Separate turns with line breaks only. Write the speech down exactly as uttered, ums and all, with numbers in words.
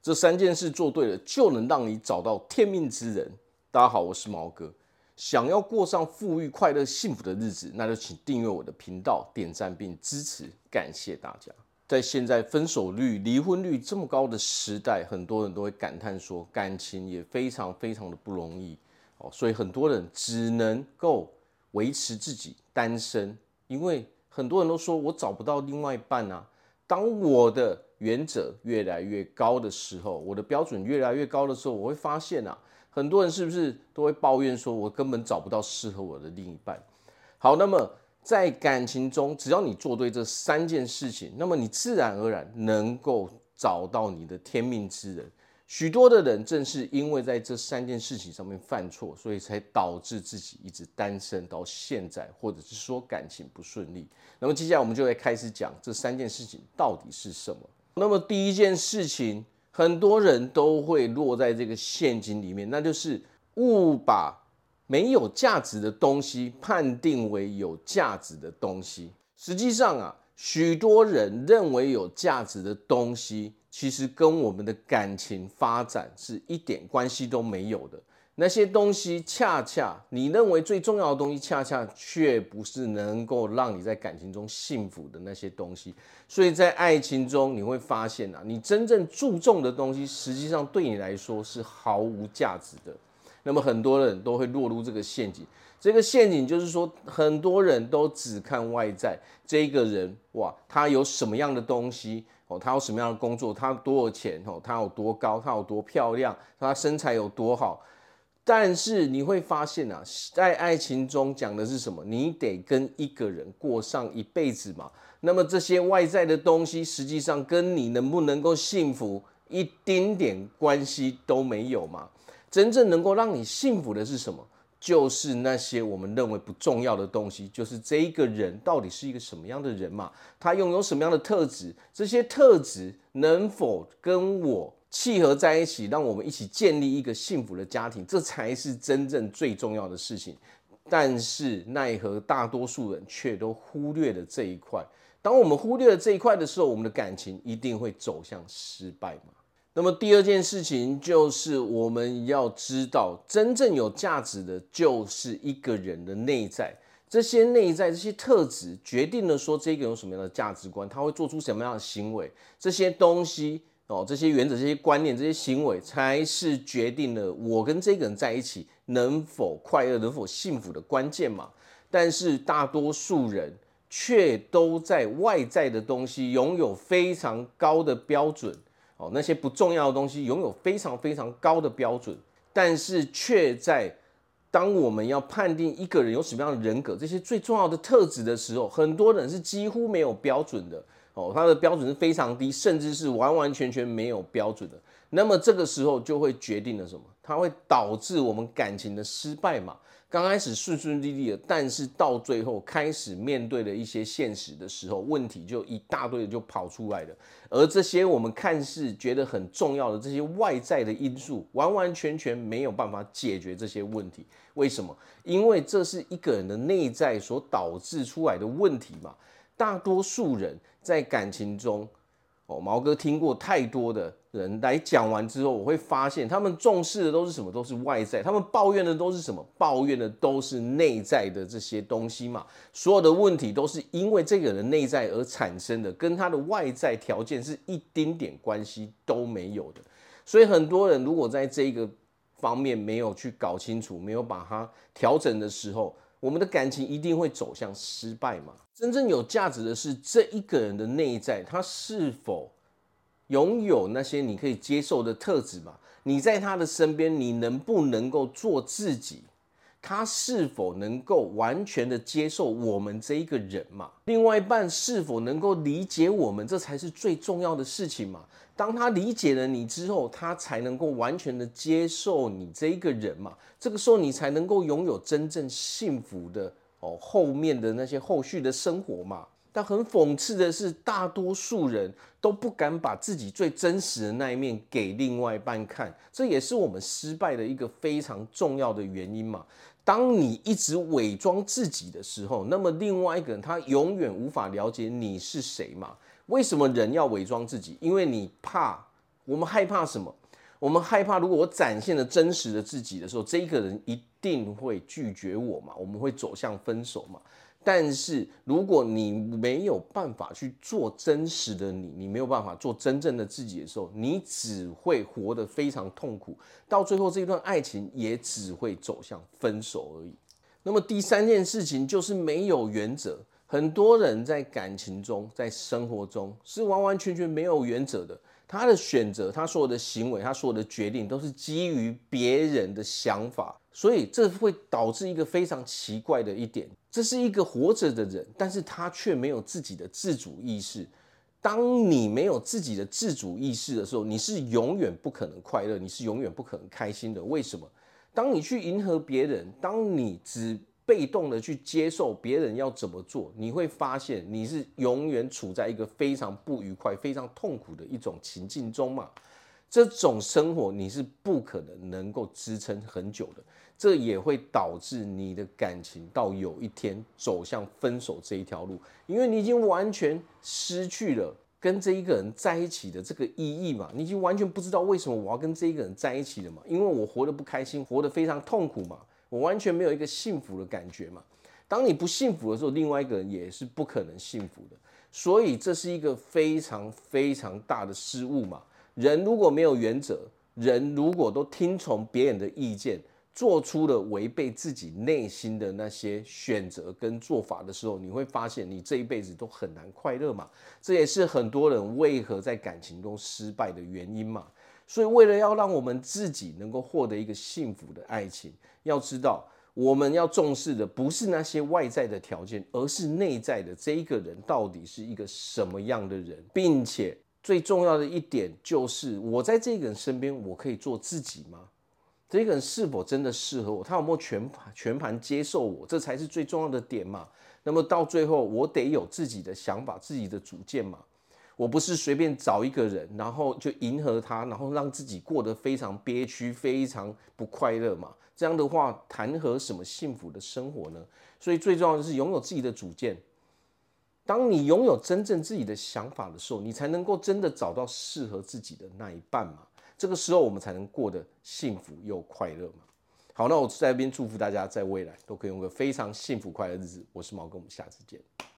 这三件事做对了，就能让你找到天命之人。大家好，我是毛哥。想要过上富裕、快乐、幸福的日子，那就请订阅我的频道、点赞并支持，感谢大家。在现在分手率、离婚率这么高的时代，很多人都会感叹说，感情也非常非常的不容易哦，所以很多人只能够维持自己单身，因为很多人都说我找不到另外一半啊。当我的原则越来越高的时候，我的标准越来越高的时候，我会发现啊，很多人是不是都会抱怨说，我根本找不到适合我的另一半。好，那么在感情中，只要你做对这三件事情，那么你自然而然能够找到你的天命之人。许多的人正是因为在这三件事情上面犯错，所以才导致自己一直单身到现在，或者是说感情不顺利。那么接下来我们就会开始讲这三件事情到底是什么。那么第一件事情，很多人都会落在这个陷阱里面，那就是误把没有价值的东西判定为有价值的东西。实际上啊，许多人认为有价值的东西，其实跟我们的感情发展是一点关系都没有的。那些东西恰恰你认为最重要的东西，恰恰却不是能够让你在感情中幸福的那些东西。所以在爱情中，你会发现啊，你真正注重的东西，实际上对你来说是毫无价值的。那么很多人都会落入这个陷阱。这个陷阱就是说，很多人都只看外在，这个人哇，他有什么样的东西哦，他有什么样的工作，他多少钱哦，他有多高，他有多漂亮，他身材有多好。但是你会发现啊，在爱情中讲的是什么？你得跟一个人过上一辈子嘛。那么这些外在的东西，实际上跟你能不能够幸福一丁点关系都没有嘛。真正能够让你幸福的是什么？就是那些我们认为不重要的东西，就是这一个人到底是一个什么样的人嘛？他拥有什么样的特质？这些特质能否跟我契合在一起，让我们一起建立一个幸福的家庭？这才是真正最重要的事情。但是奈何大多数人却都忽略了这一块。当我们忽略了这一块的时候，我们的感情一定会走向失败嘛。那么第二件事情就是我们要知道，真正有价值的就是一个人的内在。这些内在、这些特质决定了说这个人有什么样的价值观，他会做出什么样的行为。这些东西哦，这些原则、这些观念、这些行为，才是决定了我跟这个人在一起能否快乐、能否幸福的关键嘛。但是大多数人却都在外在的东西拥有非常高的标准。哦，那些不重要的东西拥有非常非常高的标准，但是却在当我们要判定一个人有什么样的人格，这些最重要的特质的时候，很多人是几乎没有标准的。哦，他的标准是非常低，甚至是完完全全没有标准的。那么这个时候就会决定了什么？它会导致我们感情的失败嘛。刚开始顺顺利利的，但是到最后开始面对了一些现实的时候，问题就一大堆的就跑出来了。而这些我们看似觉得很重要的这些外在的因素，完完全全没有办法解决这些问题。为什么？因为这是一个人的内在所导致出来的问题嘛。大多数人在感情中，哦，毛哥听过太多的人来讲完之后，我会发现他们重视的都是什么？都是外在。他们抱怨的都是什么？抱怨的都是内在的这些东西嘛。所有的问题都是因为这个人内在而产生的，跟他的外在条件是一丁点关系都没有的。所以很多人如果在这个方面没有去搞清楚，没有把它调整的时候，我们的感情一定会走向失败嘛。真正有价值的是这一个人的内在，他是否拥有那些你可以接受的特质嘛？你在他的身边，你能不能够做自己？他是否能够完全的接受我们这一个人嘛？另外一半是否能够理解我们？这才是最重要的事情嘛。当他理解了你之后，他才能够完全的接受你这一个人嘛。这个时候，你才能够拥有真正幸福的哦，后面的那些后续的生活嘛。但很讽刺的是，大多数人都不敢把自己最真实的那一面给另外一半看，这也是我们失败的一个非常重要的原因嘛。当你一直伪装自己的时候，那么另外一个人他永远无法了解你是谁嘛。为什么人要伪装自己？因为你怕我们害怕什么？我们害怕，如果我展现了真实的自己的时候，这一个人一定会拒绝我嘛，我们会走向分手嘛。但是如果你没有办法去做真实的你，你没有办法做真正的自己的时候，你只会活得非常痛苦，到最后这段爱情也只会走向分手而已。那么第三件事情就是没有原则。很多人在感情中，在生活中是完完全全没有原则的。他的选择，他所有的行为，他所有的决定，都是基于别人的想法，所以这会导致一个非常奇怪的一点：这是一个活着的人，但是他却没有自己的自主意识。当你没有自己的自主意识的时候，你是永远不可能快乐，你是永远不可能开心的。为什么？当你去迎合别人，当你只被动的去接受别人要怎么做，你会发现你是永远处在一个非常不愉快、非常痛苦的一种情境中嘛。这种生活你是不可能能够支撑很久的，这也会导致你的感情到有一天走向分手这一条路，因为你已经完全失去了跟这一个人在一起的这个意义嘛，你已经完全不知道为什么我要跟这一个人在一起了嘛，因为我活得不开心，活得非常痛苦嘛。我完全没有一个幸福的感觉嘛。当你不幸福的时候，另外一个人也是不可能幸福的。所以这是一个非常非常大的失误嘛。人如果没有原则，人如果都听从别人的意见，做出了违背自己内心的那些选择跟做法的时候，你会发现你这一辈子都很难快乐嘛。这也是很多人为何在感情中失败的原因嘛。所以为了要让我们自己能够获得一个幸福的爱情，要知道我们要重视的不是那些外在的条件，而是内在的这一个人到底是一个什么样的人，并且最重要的一点就是我在这个人身边我可以做自己吗？这个人是否真的适合我？他有没有全盘全盘接受我？这才是最重要的点嘛。那么到最后我得有自己的想法，自己的主见嘛。我不是随便找一个人，然后就迎合他，然后让自己过得非常憋屈、非常不快乐嘛。这样的话，谈何什么幸福的生活呢？所以最重要的是拥有自己的主见。当你拥有真正自己的想法的时候，你才能够真的找到适合自己的那一半嘛。这个时候，我们才能过得幸福又快乐嘛。好，那我在这边祝福大家，在未来都可以用个非常幸福快乐的日子。我是毛哥，我们下次见。